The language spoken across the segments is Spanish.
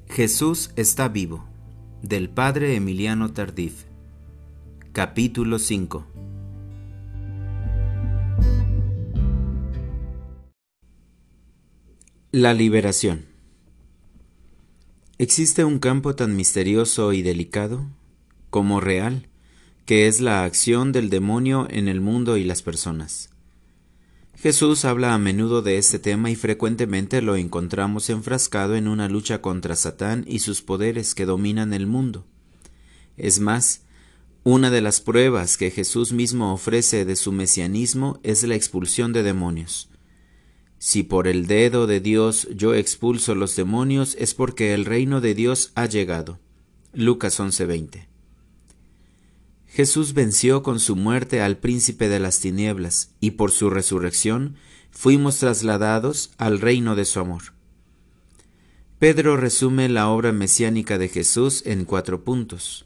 Jesús está vivo, del padre Emiliano Tardif. Capítulo 5. La liberación. Existe un campo tan misterioso y delicado como real, que es la acción del demonio en el mundo y las personas. Jesús habla a menudo de este tema y frecuentemente lo encontramos enfrascado en una lucha contra Satán y sus poderes que dominan el mundo. Es más, una de las pruebas que Jesús mismo ofrece de su mesianismo es la expulsión de demonios. Si por el dedo de Dios yo expulso los demonios, es porque el reino de Dios ha llegado. Lucas 11:20. Jesús venció con su muerte al príncipe de las tinieblas, y por su resurrección fuimos trasladados al reino de su amor. Pedro resume la obra mesiánica de Jesús en 4 puntos.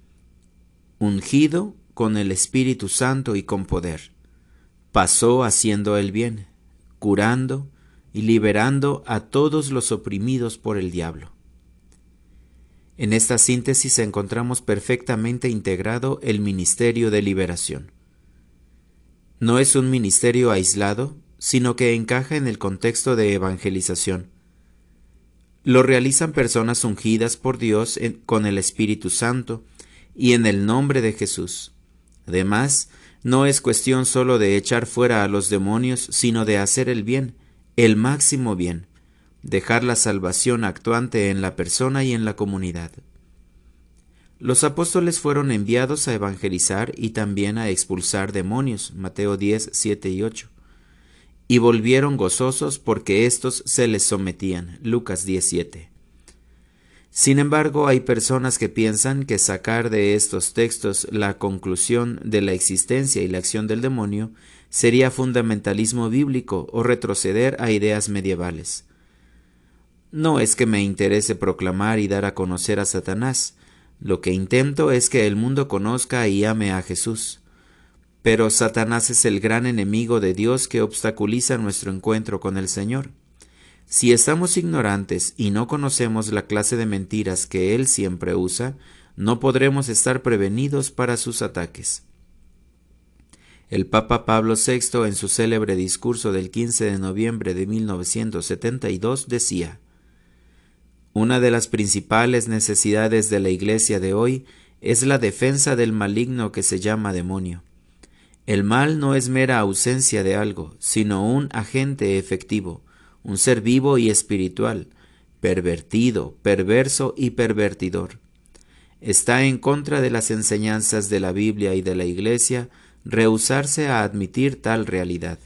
Ungido con el Espíritu Santo y con poder, pasó haciendo el bien, curando y liberando a todos los oprimidos por el diablo. En esta síntesis encontramos perfectamente integrado el ministerio de liberación. No es un ministerio aislado, sino que encaja en el contexto de evangelización. Lo realizan personas ungidas por Dios con el Espíritu Santo y en el nombre de Jesús. Además, no es cuestión solo de echar fuera a los demonios, sino de hacer el bien, el máximo bien, dejar la salvación actuante en la persona y en la comunidad. Los apóstoles fueron enviados a evangelizar y también a expulsar demonios, Mateo 10, 7 y 8, y volvieron gozosos porque éstos se les sometían, Lucas 10, 7. Sin embargo, hay personas que piensan que sacar de estos textos la conclusión de la existencia y la acción del demonio sería fundamentalismo bíblico o retroceder a ideas medievales. No es que me interese proclamar y dar a conocer a Satanás. Lo que intento es que el mundo conozca y ame a Jesús. Pero Satanás es el gran enemigo de Dios que obstaculiza nuestro encuentro con el Señor. Si estamos ignorantes y no conocemos la clase de mentiras que Él siempre usa, no podremos estar prevenidos para sus ataques. El Papa Pablo VI, en su célebre discurso del 15 de noviembre de 1972, decía: una de las principales necesidades de la Iglesia de hoy es la defensa del maligno que se llama demonio. El mal no es mera ausencia de algo, sino un agente efectivo, un ser vivo y espiritual, pervertido, perverso y pervertidor. Está en contra de las enseñanzas de la Biblia y de la Iglesia rehusarse a admitir tal realidad.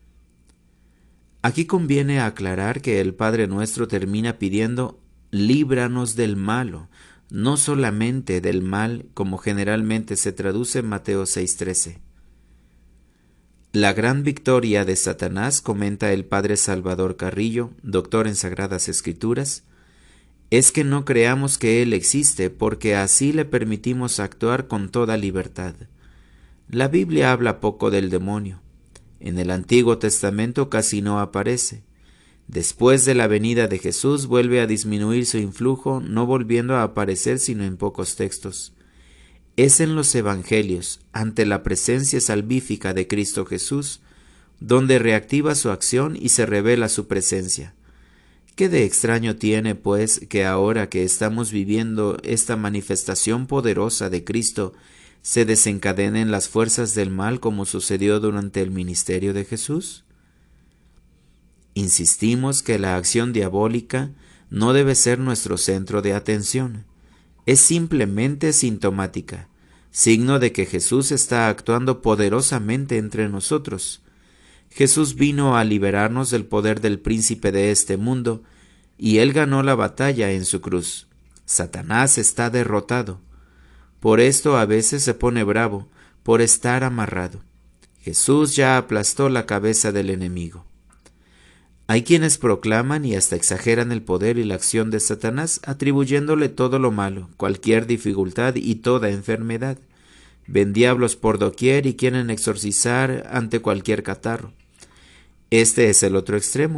Aquí conviene aclarar que el Padre Nuestro termina pidiendo: líbranos del malo, no solamente del mal, como generalmente se traduce en Mateo 6:13. La gran victoria de Satanás, comenta el padre Salvador Carrillo, doctor en Sagradas Escrituras, es que no creamos que Él existe, porque así le permitimos actuar con toda libertad. La Biblia habla poco del demonio. En el Antiguo Testamento casi no aparece. Después de la venida de Jesús vuelve a disminuir su influjo, no volviendo a aparecer sino en pocos textos. Es en los Evangelios, ante la presencia salvífica de Cristo Jesús, donde reactiva su acción y se revela su presencia. ¿Qué de extraño tiene, pues, que ahora que estamos viviendo esta manifestación poderosa de Cristo, se desencadenen las fuerzas del mal como sucedió durante el ministerio de Jesús? Insistimos que la acción diabólica no debe ser nuestro centro de atención. Es simplemente sintomática, signo de que Jesús está actuando poderosamente entre nosotros. Jesús vino a liberarnos del poder del príncipe de este mundo, y Él ganó la batalla en su cruz. Satanás está derrotado. Por esto a veces se pone bravo, por estar amarrado. Jesús ya aplastó la cabeza del enemigo. Hay quienes proclaman y hasta exageran el poder y la acción de Satanás, atribuyéndole todo lo malo, cualquier dificultad y toda enfermedad. Ven diablos por doquier y quieren exorcizar ante cualquier catarro. Este es el otro extremo.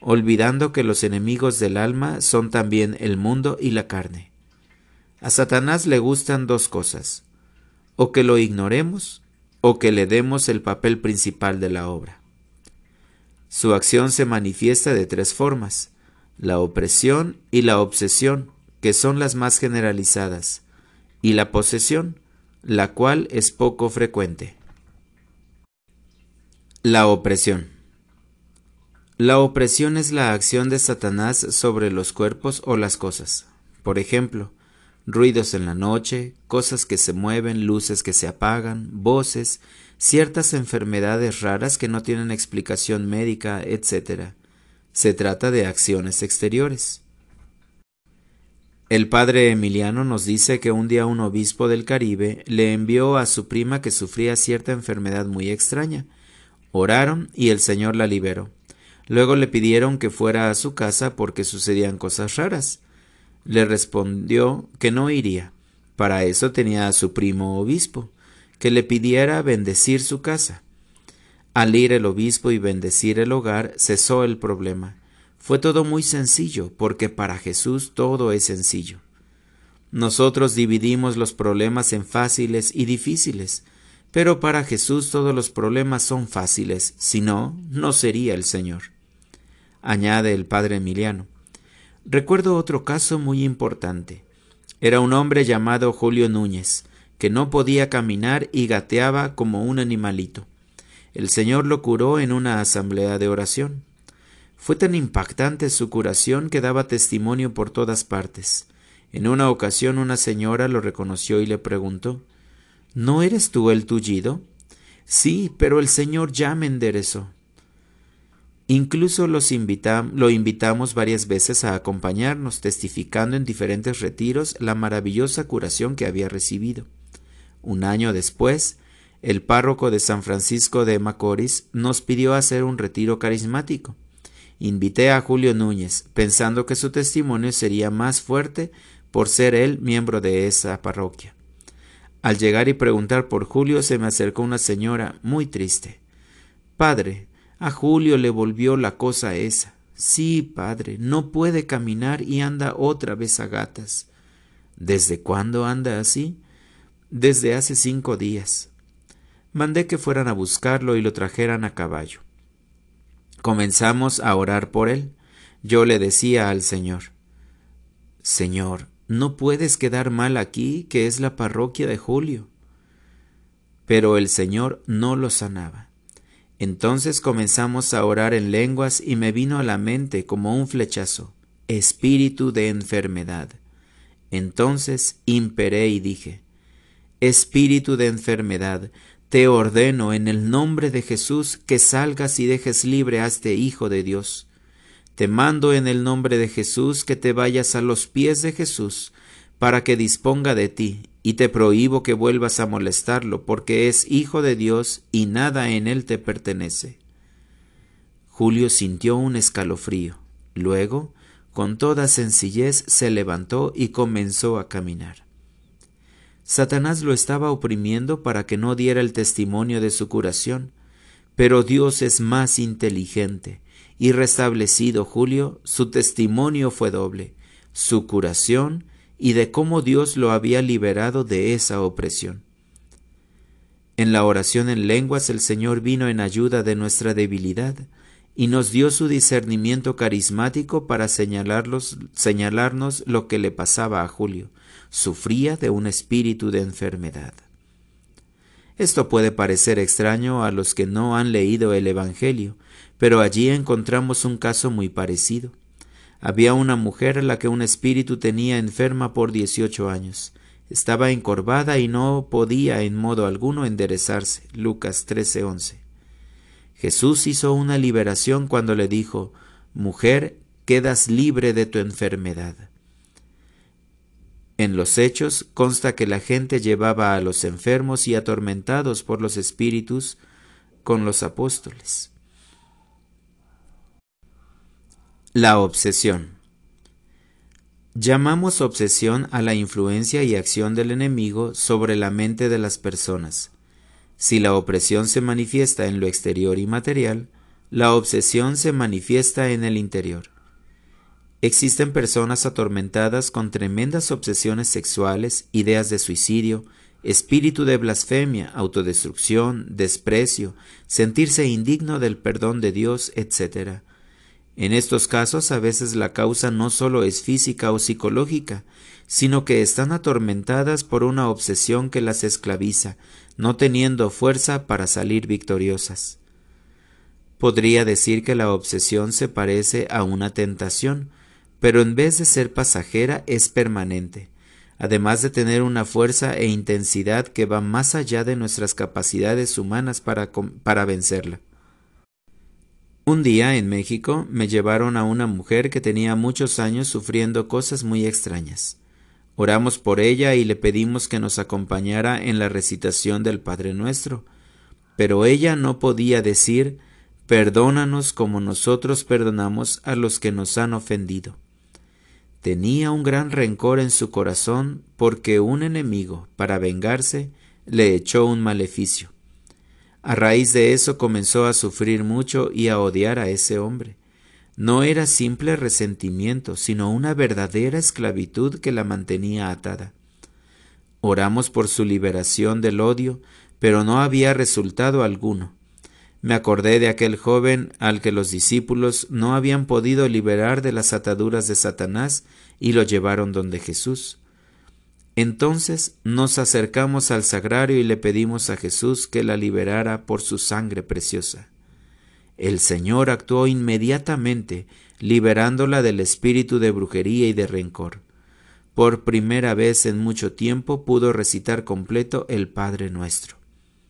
olvidando que los enemigos del alma son también el mundo y la carne. A Satanás le gustan dos cosas: o que lo ignoremos, o que le demos el papel principal de la obra. Su acción se manifiesta de tres formas: la opresión y la obsesión, que son las más generalizadas, y la posesión, la cual es poco frecuente. La opresión. La opresión es la acción de Satanás sobre los cuerpos o las cosas. Por ejemplo, ruidos en la noche, cosas que se mueven, luces que se apagan, voces, ciertas enfermedades raras que no tienen explicación médica, etc. Se trata de acciones exteriores. El padre Emiliano nos dice que un día un obispo del Caribe le envió a su prima que sufría cierta enfermedad muy extraña. Oraron y el Señor la liberó. Luego le pidieron que fuera a su casa porque sucedían cosas raras. Le respondió que no iría. Para eso tenía a su primo obispo, que le pidiera bendecir su casa. Al ir el obispo y bendecir el hogar, cesó el problema. Fue todo muy sencillo, porque para Jesús todo es sencillo. Nosotros dividimos los problemas en fáciles y difíciles, pero para Jesús todos los problemas son fáciles, si no, no sería el Señor. Añade el padre Emiliano. Recuerdo otro caso muy importante. Era un hombre llamado Julio Núñez, que no podía caminar y gateaba como un animalito. El Señor lo curó en una asamblea de oración. Fue tan impactante su curación que daba testimonio por todas partes. En una ocasión una señora lo reconoció y le preguntó: ¿No eres tú el tullido? Sí, pero el Señor ya me enderezó. Incluso lo invitamos varias veces a acompañarnos, testificando en diferentes retiros la maravillosa curación que había recibido. Un año después, el párroco de San Francisco de Macorís nos pidió hacer un retiro carismático. Invité a Julio Núñez, pensando que su testimonio sería más fuerte por ser él miembro de esa parroquia. Al llegar y preguntar por Julio, se me acercó una señora muy triste. «Padre, a Julio le volvió la cosa esa». «Sí, padre, no puede caminar y anda otra vez a gatas». «¿Desde cuándo anda así?» «Desde hace 5 días». Mandé que fueran a buscarlo y lo trajeran a caballo. Comenzamos a orar por él. Yo le decía al Señor: «Señor, no puedes quedar mal aquí, que es la parroquia de Julio». Pero el Señor no lo sanaba. Entonces comenzamos a orar en lenguas y me vino a la mente como un flechazo: espíritu de enfermedad. Entonces imperé y dije: espíritu de enfermedad, te ordeno en el nombre de Jesús que salgas y dejes libre a este Hijo de Dios. Te mando en el nombre de Jesús que te vayas a los pies de Jesús para que disponga de ti, y te prohíbo que vuelvas a molestarlo, porque es Hijo de Dios y nada en él te pertenece. Julio sintió un escalofrío. Luego, con toda sencillez, se levantó y comenzó a caminar. Satanás lo estaba oprimiendo para que no diera el testimonio de su curación, pero Dios es más inteligente, y restablecido Julio, su testimonio fue doble: su curación y de cómo Dios lo había liberado de esa opresión. En la oración en lenguas el Señor vino en ayuda de nuestra debilidad y nos dio su discernimiento carismático para señalarnos lo que le pasaba a Julio. Sufría de un espíritu de enfermedad. Esto puede parecer extraño a los que no han leído el Evangelio, pero allí encontramos un caso muy parecido. Había una mujer a la que un espíritu tenía enferma por 18 años. Estaba encorvada y no podía en modo alguno enderezarse. Lucas 13:11. Jesús hizo una liberación cuando le dijo: «Mujer, quedas libre de tu enfermedad». En los Hechos consta que la gente llevaba a los enfermos y atormentados por los espíritus con los apóstoles. La obsesión. Llamamos obsesión a la influencia y acción del enemigo sobre la mente de las personas. Si la opresión se manifiesta en lo exterior y material, La obsesión se manifiesta en el interior. Existen personas atormentadas con tremendas obsesiones sexuales, ideas de suicidio, espíritu de blasfemia, autodestrucción, desprecio, sentirse indigno del perdón de Dios, etc. En estos casos a veces la causa no solo es física o psicológica, sino que están atormentadas por una obsesión que las esclaviza, no teniendo fuerza para salir victoriosas. Podría decir que la obsesión se parece a una tentación, pero en vez de ser pasajera es permanente, además de tener una fuerza e intensidad que va más allá de nuestras capacidades humanas para vencerla. Un día en México me llevaron a una mujer que tenía muchos años sufriendo cosas muy extrañas. Oramos por ella y le pedimos que nos acompañara en la recitación del Padre Nuestro, pero ella no podía decir: «Perdónanos como nosotros perdonamos a los que nos han ofendido». Tenía un gran rencor en su corazón porque un enemigo, para vengarse, le echó un maleficio. A raíz de eso comenzó a sufrir mucho y a odiar a ese hombre. No era simple resentimiento, sino una verdadera esclavitud que la mantenía atada. Oramos por su liberación del odio, pero no había resultado alguno. Me acordé de aquel joven al que los discípulos no habían podido liberar de las ataduras de Satanás y lo llevaron donde Jesús. Entonces nos acercamos al sagrario y le pedimos a Jesús que la liberara por su sangre preciosa. El Señor actuó inmediatamente, liberándola del espíritu de brujería y de rencor. Por primera vez en mucho tiempo pudo recitar completo el Padre Nuestro.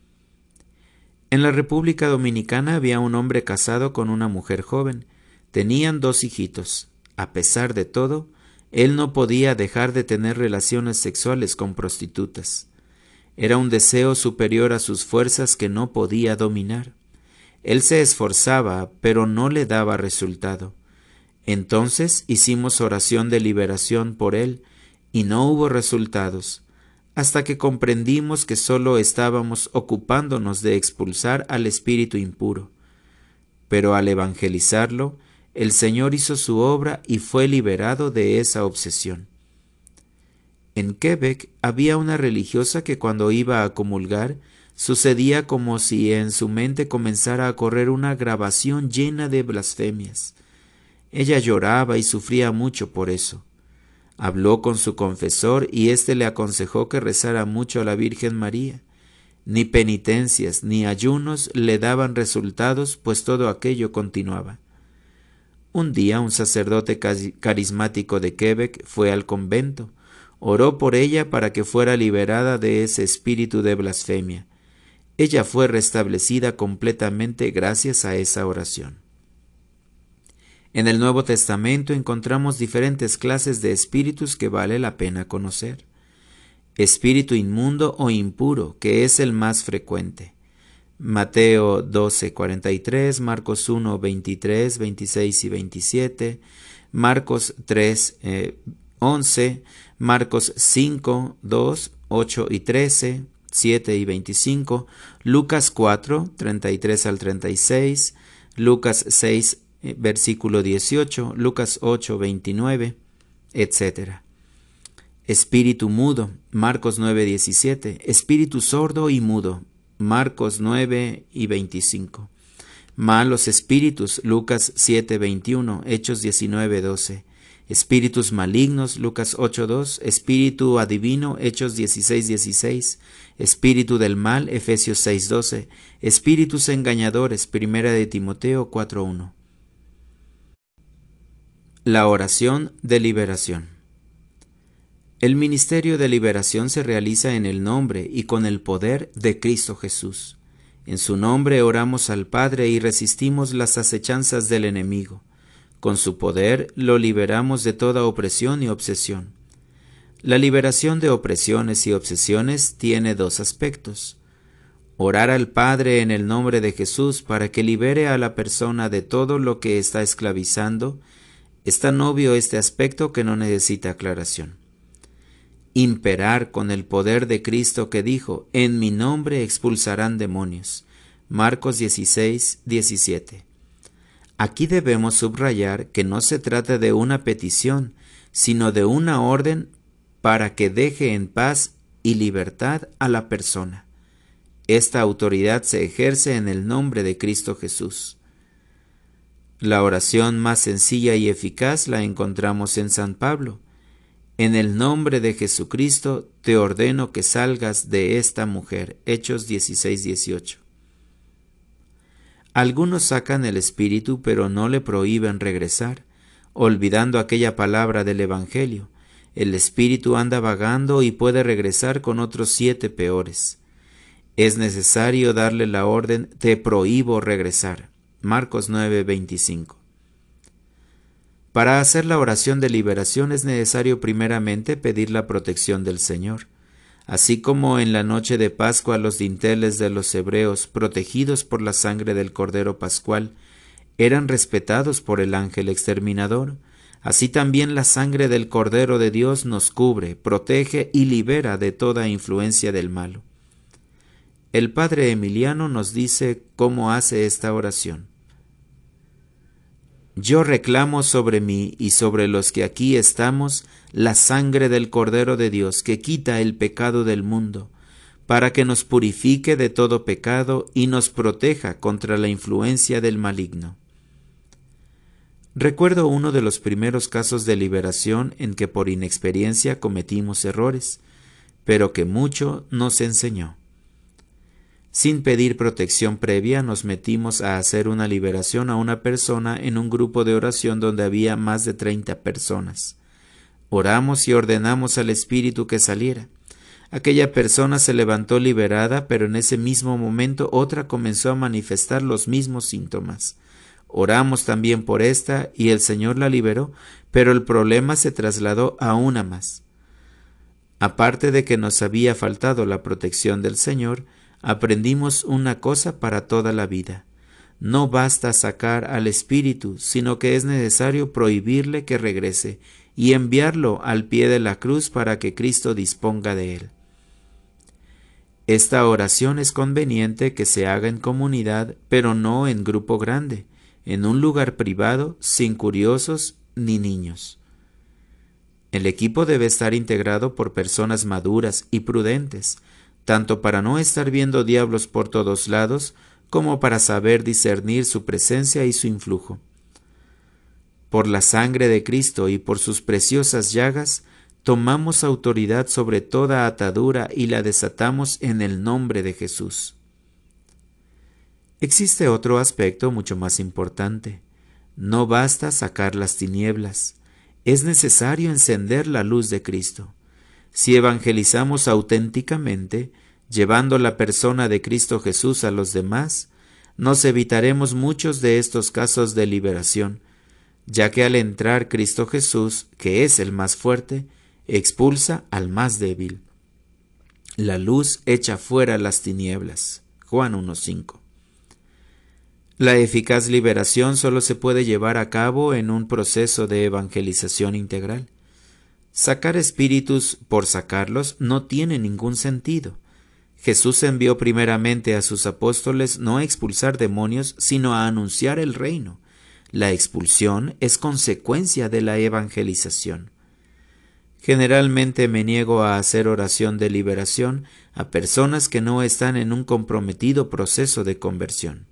En la República Dominicana había un hombre casado con una mujer joven. Tenían 2 hijitos. A pesar de todo, él no podía dejar de tener relaciones sexuales con prostitutas. Era un deseo superior a sus fuerzas que no podía dominar. Él se esforzaba, pero no le daba resultado. Entonces hicimos oración de liberación por él, y no hubo resultados, hasta que comprendimos que solo estábamos ocupándonos de expulsar al espíritu impuro. Pero al evangelizarlo, el Señor hizo su obra y fue liberado de esa obsesión. En Quebec había una religiosa que cuando iba a comulgar, sucedía como si en su mente comenzara a correr una grabación llena de blasfemias. Ella lloraba y sufría mucho por eso. Habló con su confesor y éste le aconsejó que rezara mucho a la Virgen María. Ni penitencias ni ayunos le daban resultados, pues todo aquello continuaba. Un día un sacerdote carismático de Quebec fue al convento, oró por ella para que fuera liberada de ese espíritu de blasfemia. Ella fue restablecida completamente gracias a esa oración. En el Nuevo Testamento encontramos diferentes clases de espíritus que vale la pena conocer. Espíritu inmundo o impuro, que es el más frecuente. Mateo 12:43, Marcos 1:23, 26 y 27, Marcos 3:11, Marcos 5:2, 8 y 13, 7 y 25, Lucas 4:33 al 36, Lucas 6, versículo 18, Lucas 8:29, etc. Espíritu mudo, Marcos 9:17, espíritu sordo y mudo, Marcos 9 y 25. Malos espíritus, Lucas 7:21, Hechos 19:12. Espíritus malignos, Lucas 8:2, espíritu adivino, Hechos 16:16, espíritu del mal, Efesios 6:12, espíritus engañadores, Primera de Timoteo 4:1. La oración de liberación. El ministerio de liberación se realiza en el nombre y con el poder de Cristo Jesús. En su nombre oramos al Padre y resistimos las acechanzas del enemigo. Con su poder lo liberamos de toda opresión y obsesión. La liberación de opresiones y obsesiones tiene 2 aspectos. Orar al Padre en el nombre de Jesús para que libere a la persona de todo lo que está esclavizando. Es tan obvio este aspecto que no necesita aclaración. Imperar con el poder de Cristo que dijo: «En mi nombre expulsarán demonios». Marcos 16:17. Aquí debemos subrayar que no se trata de una petición, sino de una orden para que deje en paz y libertad a la persona. Esta autoridad se ejerce en el nombre de Cristo Jesús. La oración más sencilla y eficaz la encontramos en San Pablo. En el nombre de Jesucristo te ordeno que salgas de esta mujer. Hechos 16:18. Algunos sacan el espíritu, pero no le prohíben regresar, olvidando aquella palabra del Evangelio. El espíritu anda vagando y puede regresar con otros 7 peores. Es necesario darle la orden, te prohíbo regresar. Marcos 9:25. Para hacer la oración de liberación es necesario primeramente pedir la protección del Señor. Así como en la noche de Pascua los dinteles de los hebreos, protegidos por la sangre del Cordero Pascual, eran respetados por el ángel exterminador, así también la sangre del Cordero de Dios nos cubre, protege y libera de toda influencia del malo. El padre Emiliano nos dice cómo hace esta oración. Yo reclamo sobre mí y sobre los que aquí estamos la sangre del Cordero de Dios que quita el pecado del mundo, para que nos purifique de todo pecado y nos proteja contra la influencia del maligno. Recuerdo uno de los primeros casos de liberación en que por inexperiencia cometimos errores, pero que mucho nos enseñó. Sin pedir protección previa, nos metimos a hacer una liberación a una persona en un grupo de oración donde había más de 30 personas. Oramos y ordenamos al espíritu que saliera. Aquella persona se levantó liberada, pero en ese mismo momento otra comenzó a manifestar los mismos síntomas. Oramos también por esta y el Señor la liberó, pero el problema se trasladó a una más. Aparte de que nos había faltado la protección del Señor, aprendimos una cosa para toda la vida. No basta sacar al espíritu, sino que es necesario prohibirle que regrese y enviarlo al pie de la cruz para que Cristo disponga de él. Esta oración es conveniente que se haga en comunidad, pero no en grupo grande, en un lugar privado, sin curiosos ni niños. El equipo debe estar integrado por personas maduras y prudentes, tanto para no estar viendo diablos por todos lados, como para saber discernir su presencia y su influjo. Por la sangre de Cristo y por sus preciosas llagas, tomamos autoridad sobre toda atadura y la desatamos en el nombre de Jesús. Existe otro aspecto mucho más importante. No basta sacar las tinieblas, es necesario encender la luz de Cristo. Si evangelizamos auténticamente, llevando la persona de Cristo Jesús a los demás, nos evitaremos muchos de estos casos de liberación, ya que al entrar Cristo Jesús, que es el más fuerte, expulsa al más débil. La luz echa fuera las tinieblas. Juan 1:5. La eficaz liberación solo se puede llevar a cabo en un proceso de evangelización integral. Sacar espíritus por sacarlos no tiene ningún sentido. Jesús envió primeramente a sus apóstoles no a expulsar demonios, sino a anunciar el reino. La expulsión es consecuencia de la evangelización. Generalmente me niego a hacer oración de liberación a personas que no están en un comprometido proceso de conversión.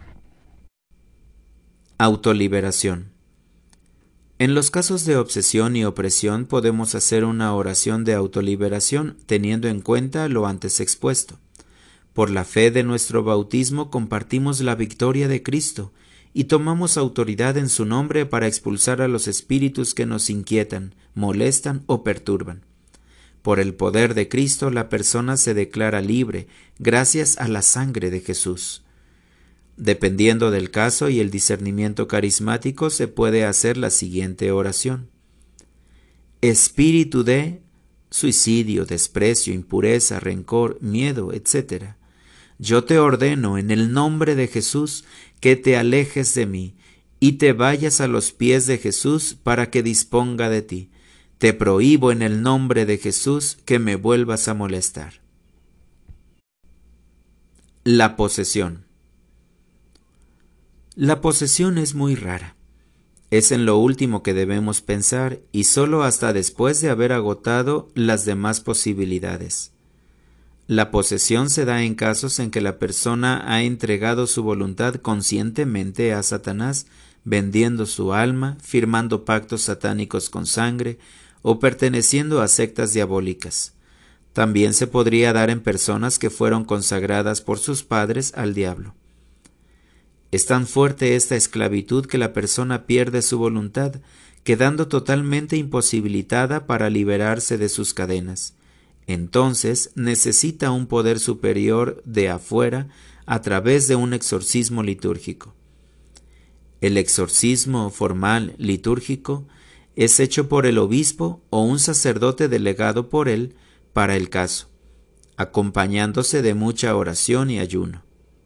Autoliberación. En los casos de obsesión y opresión podemos hacer una oración de autoliberación teniendo en cuenta lo antes expuesto. Por la fe de nuestro bautismo compartimos la victoria de Cristo y tomamos autoridad en su nombre para expulsar a los espíritus que nos inquietan, molestan o perturban. Por el poder de Cristo la persona se declara libre gracias a la sangre de Jesús. Dependiendo del caso y el discernimiento carismático, se puede hacer la siguiente oración. Espíritu de suicidio, desprecio, impureza, rencor, miedo, etc. Yo te ordeno en el nombre de Jesús que te alejes de mí y te vayas a los pies de Jesús para que disponga de ti. Te prohíbo en el nombre de Jesús que me vuelvas a molestar. La posesión. La posesión es muy rara. Es en lo último que debemos pensar y solo hasta después de haber agotado las demás posibilidades. La posesión se da en casos en que la persona ha entregado su voluntad conscientemente a Satanás, vendiendo su alma, firmando pactos satánicos con sangre o perteneciendo a sectas diabólicas. También se podría dar en personas que fueron consagradas por sus padres al diablo. Es tan fuerte esta esclavitud que la persona pierde su voluntad, quedando totalmente imposibilitada para liberarse de sus cadenas. Entonces necesita un poder superior de afuera a través de un exorcismo litúrgico. El exorcismo formal litúrgico es hecho por el obispo o un sacerdote delegado por él para el caso, acompañándose de mucha oración y ayuno.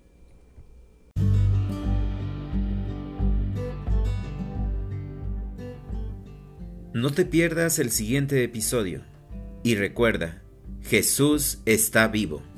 No te pierdas el siguiente episodio y recuerda, Jesús está vivo.